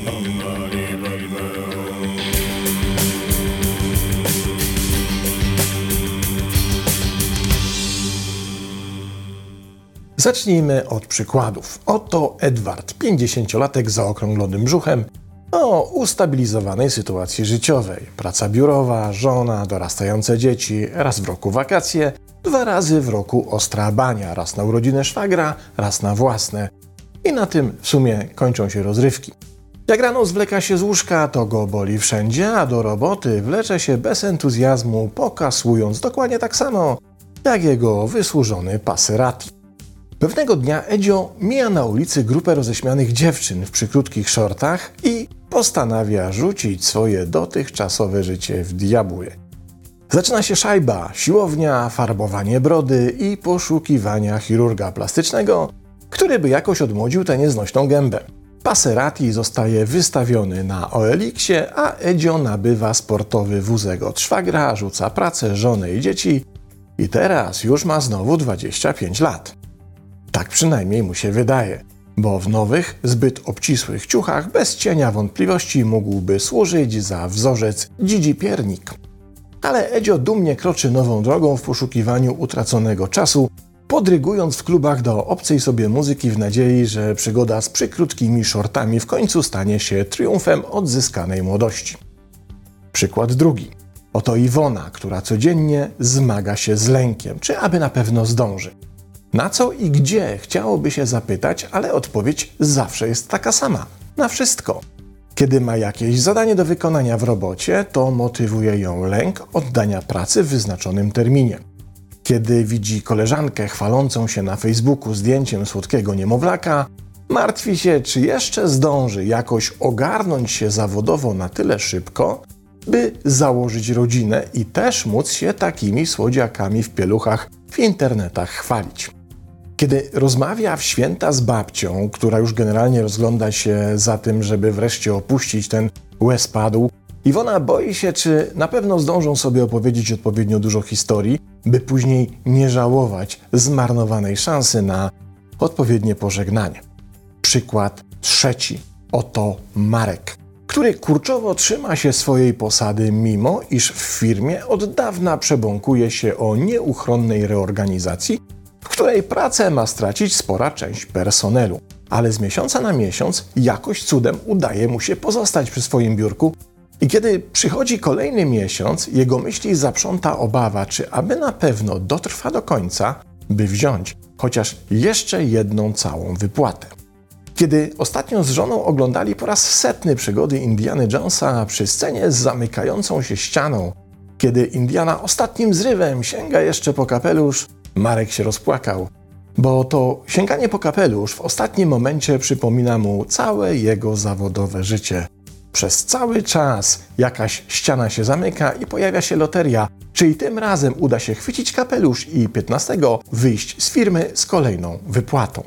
Zacznijmy od przykładów. Oto Edward, 50-latek z zaokrąglonym brzuchem, o ustabilizowanej sytuacji życiowej. Praca biurowa, żona, dorastające dzieci, raz w roku wakacje, 2 razy w roku ostra bania, raz na urodziny szwagra, raz na własne. I na tym w sumie kończą się rozrywki. Jak rano zwleka się z łóżka, to go boli wszędzie, a do roboty wlecze się bez entuzjazmu, pokasując dokładnie tak samo, jak jego wysłużony Passerati. Pewnego dnia Edzio mija na ulicy grupę roześmianych dziewczyn w przykrótkich shortach i postanawia rzucić swoje dotychczasowe życie w diabły. Zaczyna się szajba, siłownia, farbowanie brody i poszukiwania chirurga plastycznego, który by jakoś odmłodził tę nieznośną gębę. Passerati zostaje wystawiony na OLX-ie, a Edzio nabywa sportowy wózek od szwagra, rzuca pracę, żonę i dzieci i teraz już ma znowu 25 lat. Tak przynajmniej mu się wydaje, bo w nowych, zbyt obcisłych ciuchach bez cienia wątpliwości mógłby służyć za wzorzec Dzidzi Piernik. Ale Edzio dumnie kroczy nową drogą w poszukiwaniu utraconego czasu, podrygując w klubach do obcej sobie muzyki w nadziei, że przygoda z przykrótkimi shortami w końcu stanie się triumfem odzyskanej młodości. Przykład drugi. Oto Iwona, która codziennie zmaga się z lękiem, czy aby na pewno zdąży. Na co i gdzie chciałoby się zapytać, ale odpowiedź zawsze jest taka sama. Na wszystko. Kiedy ma jakieś zadanie do wykonania w robocie, to motywuje ją lęk oddania pracy w wyznaczonym terminie. Kiedy widzi koleżankę chwalącą się na Facebooku zdjęciem słodkiego niemowlaka, martwi się, czy jeszcze zdąży jakoś ogarnąć się zawodowo na tyle szybko, by założyć rodzinę i też móc się takimi słodziakami w pieluchach w internetach chwalić. Kiedy rozmawia w święta z babcią, która już generalnie rozgląda się za tym, żeby wreszcie opuścić ten łez-padł, Iwona boi się, czy na pewno zdążą sobie opowiedzieć odpowiednio dużo historii, by później nie żałować zmarnowanej szansy na odpowiednie pożegnanie. Przykład trzeci. Oto Marek, który kurczowo trzyma się swojej posady, mimo iż w firmie od dawna przebąkuje się o nieuchronnej reorganizacji, w której pracę ma stracić spora część personelu. Ale z miesiąca na miesiąc jakoś cudem udaje mu się pozostać przy swoim biurku i kiedy przychodzi kolejny miesiąc, jego myśli zaprząta obawa, czy aby na pewno dotrwa do końca, by wziąć chociaż jeszcze jedną całą wypłatę. Kiedy ostatnio z żoną oglądali po raz 100 przygody Indiany Jonesa przy scenie z zamykającą się ścianą, kiedy Indiana ostatnim zrywem sięga jeszcze po kapelusz, Marek się rozpłakał, bo to sięganie po kapelusz w ostatnim momencie przypomina mu całe jego zawodowe życie. Przez cały czas jakaś ściana się zamyka i pojawia się loteria, czy i tym razem uda się chwycić kapelusz i 15 wyjść z firmy z kolejną wypłatą.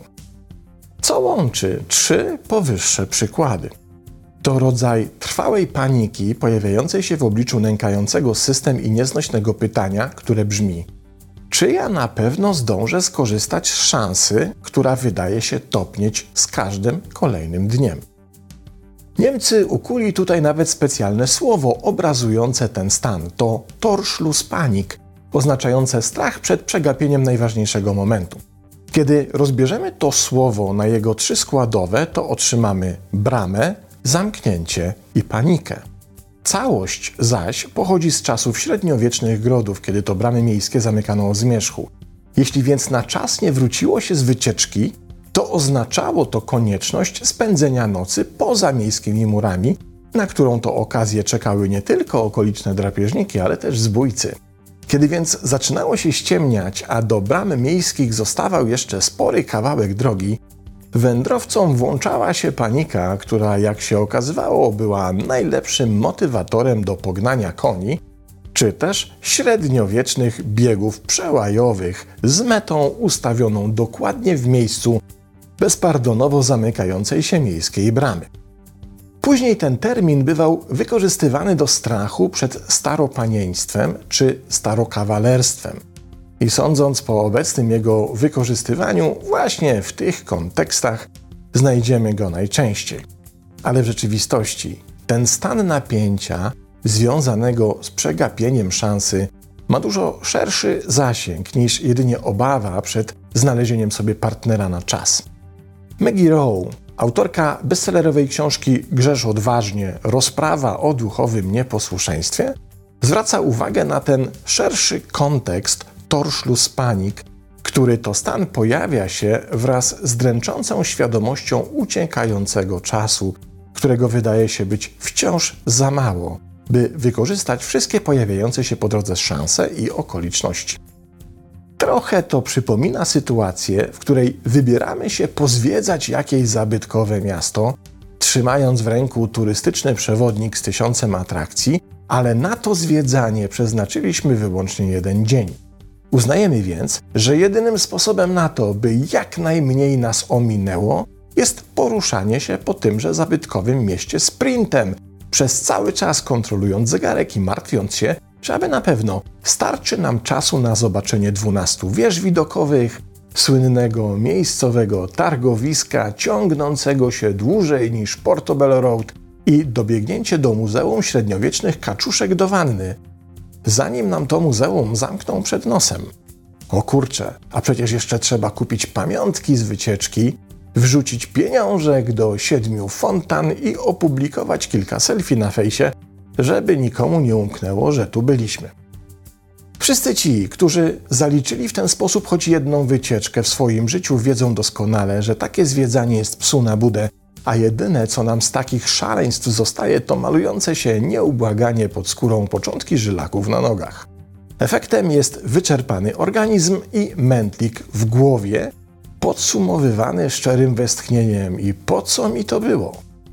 Co łączy 3 powyższe przykłady? To rodzaj trwałej paniki pojawiającej się w obliczu nękającego system i nieznośnego pytania, które brzmi: czy ja na pewno zdążę skorzystać z szansy, która wydaje się topnieć z każdym kolejnym dniem? Niemcy ukuli tutaj nawet specjalne słowo obrazujące ten stan. To Torschlusspanik, oznaczające strach przed przegapieniem najważniejszego momentu. Kiedy rozbierzemy to słowo na jego 3 składowe, to otrzymamy bramę, zamknięcie i panikę. Całość zaś pochodzi z czasów średniowiecznych grodów, kiedy to bramy miejskie zamykano o zmierzchu. Jeśli więc na czas nie wróciło się z wycieczki, to oznaczało to konieczność spędzenia nocy poza miejskimi murami, na którą to okazję czekały nie tylko okoliczne drapieżniki, ale też zbójcy. Kiedy więc zaczynało się ściemniać, a do bram miejskich zostawał jeszcze spory kawałek drogi, wędrowcom włączała się panika, która, jak się okazywało, była najlepszym motywatorem do pognania koni, czy też średniowiecznych biegów przełajowych z metą ustawioną dokładnie w miejscu bezpardonowo zamykającej się miejskiej bramy. Później ten termin bywał wykorzystywany do strachu przed staropanieństwem czy starokawalerstwem. I sądząc po obecnym jego wykorzystywaniu, właśnie w tych kontekstach znajdziemy go najczęściej. Ale w rzeczywistości ten stan napięcia związanego z przegapieniem szansy ma dużo szerszy zasięg niż jedynie obawa przed znalezieniem sobie partnera na czas. Maggie Rowe, autorka bestsellerowej książki Grzesz odważnie, rozprawa o duchowym nieposłuszeństwie, zwraca uwagę na ten szerszy kontekst Torschlusspanik, który to stan pojawia się wraz z dręczącą świadomością uciekającego czasu, którego wydaje się być wciąż za mało, by wykorzystać wszystkie pojawiające się po drodze szanse i okoliczności. Trochę to przypomina sytuację, w której wybieramy się pozwiedzać jakieś zabytkowe miasto, trzymając w ręku turystyczny przewodnik z 1000 atrakcji, ale na to zwiedzanie przeznaczyliśmy wyłącznie 1 dzień. Uznajemy więc, że jedynym sposobem na to, by jak najmniej nas ominęło, jest poruszanie się po tymże zabytkowym mieście sprintem, przez cały czas kontrolując zegarek i martwiąc się, czy aby na pewno starczy nam czasu na zobaczenie 12 wież widokowych, słynnego miejscowego targowiska ciągnącego się dłużej niż Portobello Road i dobiegnięcie do Muzeum Średniowiecznych Kaczuszek do Wanny, zanim nam to muzeum zamkną przed nosem. O kurczę, a przecież jeszcze trzeba kupić pamiątki z wycieczki, wrzucić pieniążek do 7 fontan i opublikować kilka selfie na fejsie, żeby nikomu nie umknęło, że tu byliśmy. Wszyscy ci, którzy zaliczyli w ten sposób choć jedną wycieczkę w swoim życiu, wiedzą doskonale, że takie zwiedzanie jest psu na budę, a jedyne, co nam z takich szaleństw zostaje, to malujące się nieubłaganie pod skórą początki żylaków na nogach. Efektem jest wyczerpany organizm i mętlik w głowie, podsumowywany szczerym westchnieniem i po co mi to było?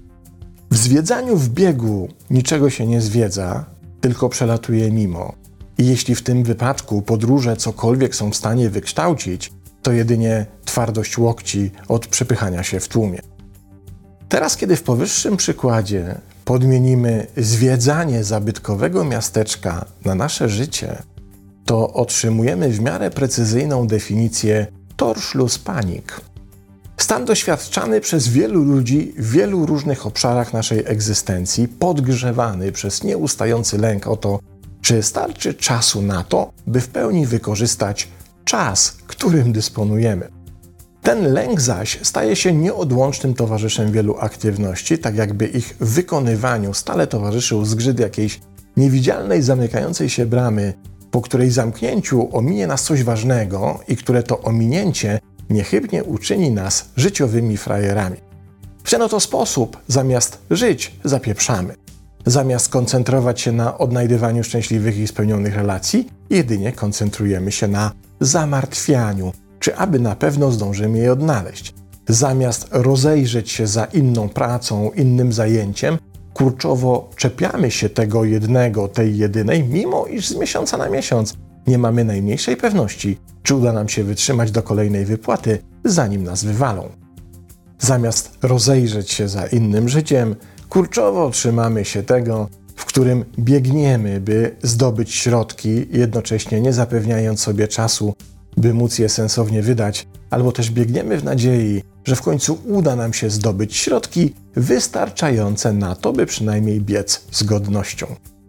W zwiedzaniu w biegu niczego się nie zwiedza, tylko przelatuje mimo. I jeśli w tym wypadku podróże cokolwiek są w stanie wykształcić, to jedynie twardość łokci od przepychania się w tłumie. Teraz, kiedy w powyższym przykładzie podmienimy zwiedzanie zabytkowego miasteczka na nasze życie, to otrzymujemy w miarę precyzyjną definicję Torschlusspanik. Stan doświadczany przez wielu ludzi w wielu różnych obszarach naszej egzystencji, podgrzewany przez nieustający lęk o to, czy starczy czasu na to, by w pełni wykorzystać czas, którym dysponujemy. Ten lęk zaś staje się nieodłącznym towarzyszem wielu aktywności, tak jakby ich wykonywaniu stale towarzyszył zgrzyt jakiejś niewidzialnej, zamykającej się bramy, po której zamknięciu ominie nas coś ważnego i które to ominięcie niechybnie uczyni nas życiowymi frajerami. W ten oto sposób zamiast żyć zapieprzamy. Zamiast koncentrować się na odnajdywaniu szczęśliwych i spełnionych relacji, jedynie koncentrujemy się na zamartwianiu, czy aby na pewno zdążymy je odnaleźć. Zamiast rozejrzeć się za inną pracą, innym zajęciem, kurczowo czepiamy się tego jednego, tej jedynej, mimo iż z miesiąca na miesiąc nie mamy najmniejszej pewności, czy uda nam się wytrzymać do kolejnej wypłaty, zanim nas wywalą. Zamiast rozejrzeć się za innym życiem, kurczowo trzymamy się tego, w którym biegniemy, by zdobyć środki, jednocześnie nie zapewniając sobie czasu, by móc je sensownie wydać, albo też biegniemy w nadziei, że w końcu uda nam się zdobyć środki wystarczające na to, by przynajmniej biec z godnością.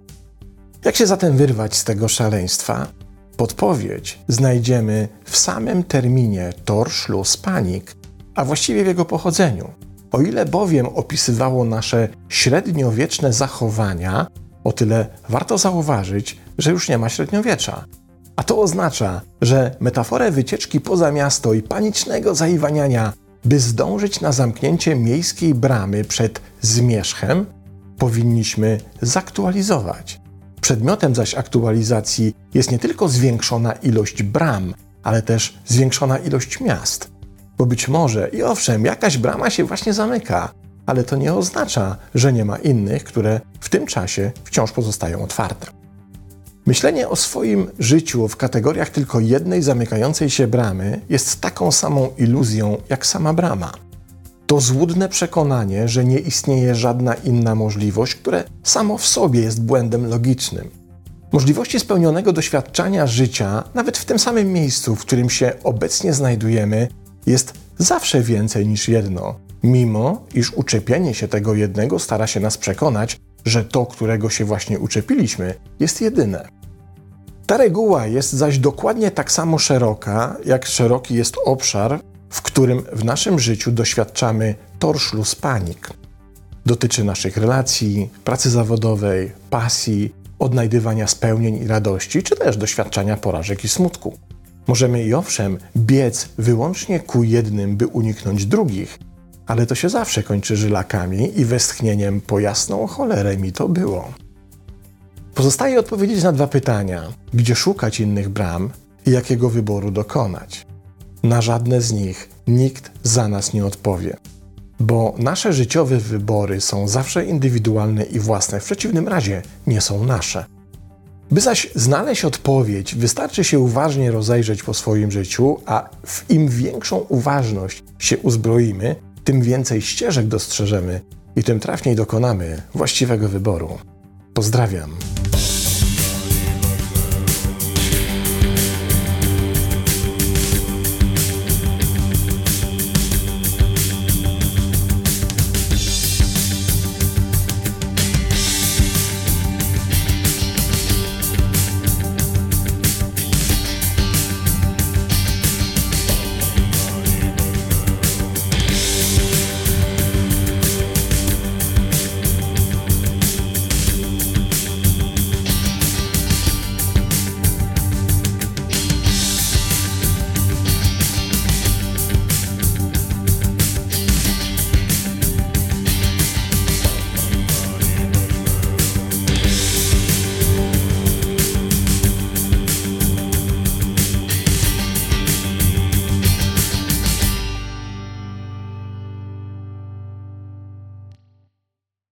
Jak się zatem wyrwać z tego szaleństwa? Podpowiedź znajdziemy w samym terminie Torschlusspanik, a właściwie w jego pochodzeniu. O ile bowiem opisywało nasze średniowieczne zachowania, o tyle warto zauważyć, że już nie ma średniowiecza. A to oznacza, że metaforę wycieczki poza miasto i panicznego zaiwaniania, by zdążyć na zamknięcie miejskiej bramy przed zmierzchem, powinniśmy zaktualizować. Przedmiotem zaś aktualizacji jest nie tylko zwiększona ilość bram, ale też zwiększona ilość miast. Bo być może, i owszem, jakaś brama się właśnie zamyka, ale to nie oznacza, że nie ma innych, które w tym czasie wciąż pozostają otwarte. Myślenie o swoim życiu w kategoriach tylko jednej zamykającej się bramy jest taką samą iluzją jak sama brama. To złudne przekonanie, że nie istnieje żadna inna możliwość, które samo w sobie jest błędem logicznym. Możliwości spełnionego doświadczania życia, nawet w tym samym miejscu, w którym się obecnie znajdujemy, jest zawsze więcej niż jedno, mimo iż uczepienie się tego jednego stara się nas przekonać, że to, którego się właśnie uczepiliśmy, jest jedyne. Ta reguła jest zaś dokładnie tak samo szeroka, jak szeroki jest obszar, w którym w naszym życiu doświadczamy torszlus panik. Dotyczy naszych relacji, pracy zawodowej, pasji, odnajdywania spełnień i radości, czy też doświadczania porażek i smutku. Możemy i owszem biec wyłącznie ku jednym, by uniknąć drugich, ale to się zawsze kończy żylakami i westchnieniem po jasną cholerę mi to było. Pozostaje odpowiedzieć na 2 pytania. Gdzie szukać innych bram i jakiego wyboru dokonać? Na żadne z nich nikt za nas nie odpowie, bo nasze życiowe wybory są zawsze indywidualne i własne, w przeciwnym razie nie są nasze. By zaś znaleźć odpowiedź, wystarczy się uważnie rozejrzeć po swoim życiu, a im większą uważność się uzbroimy, tym więcej ścieżek dostrzeżemy i tym trafniej dokonamy właściwego wyboru. Pozdrawiam.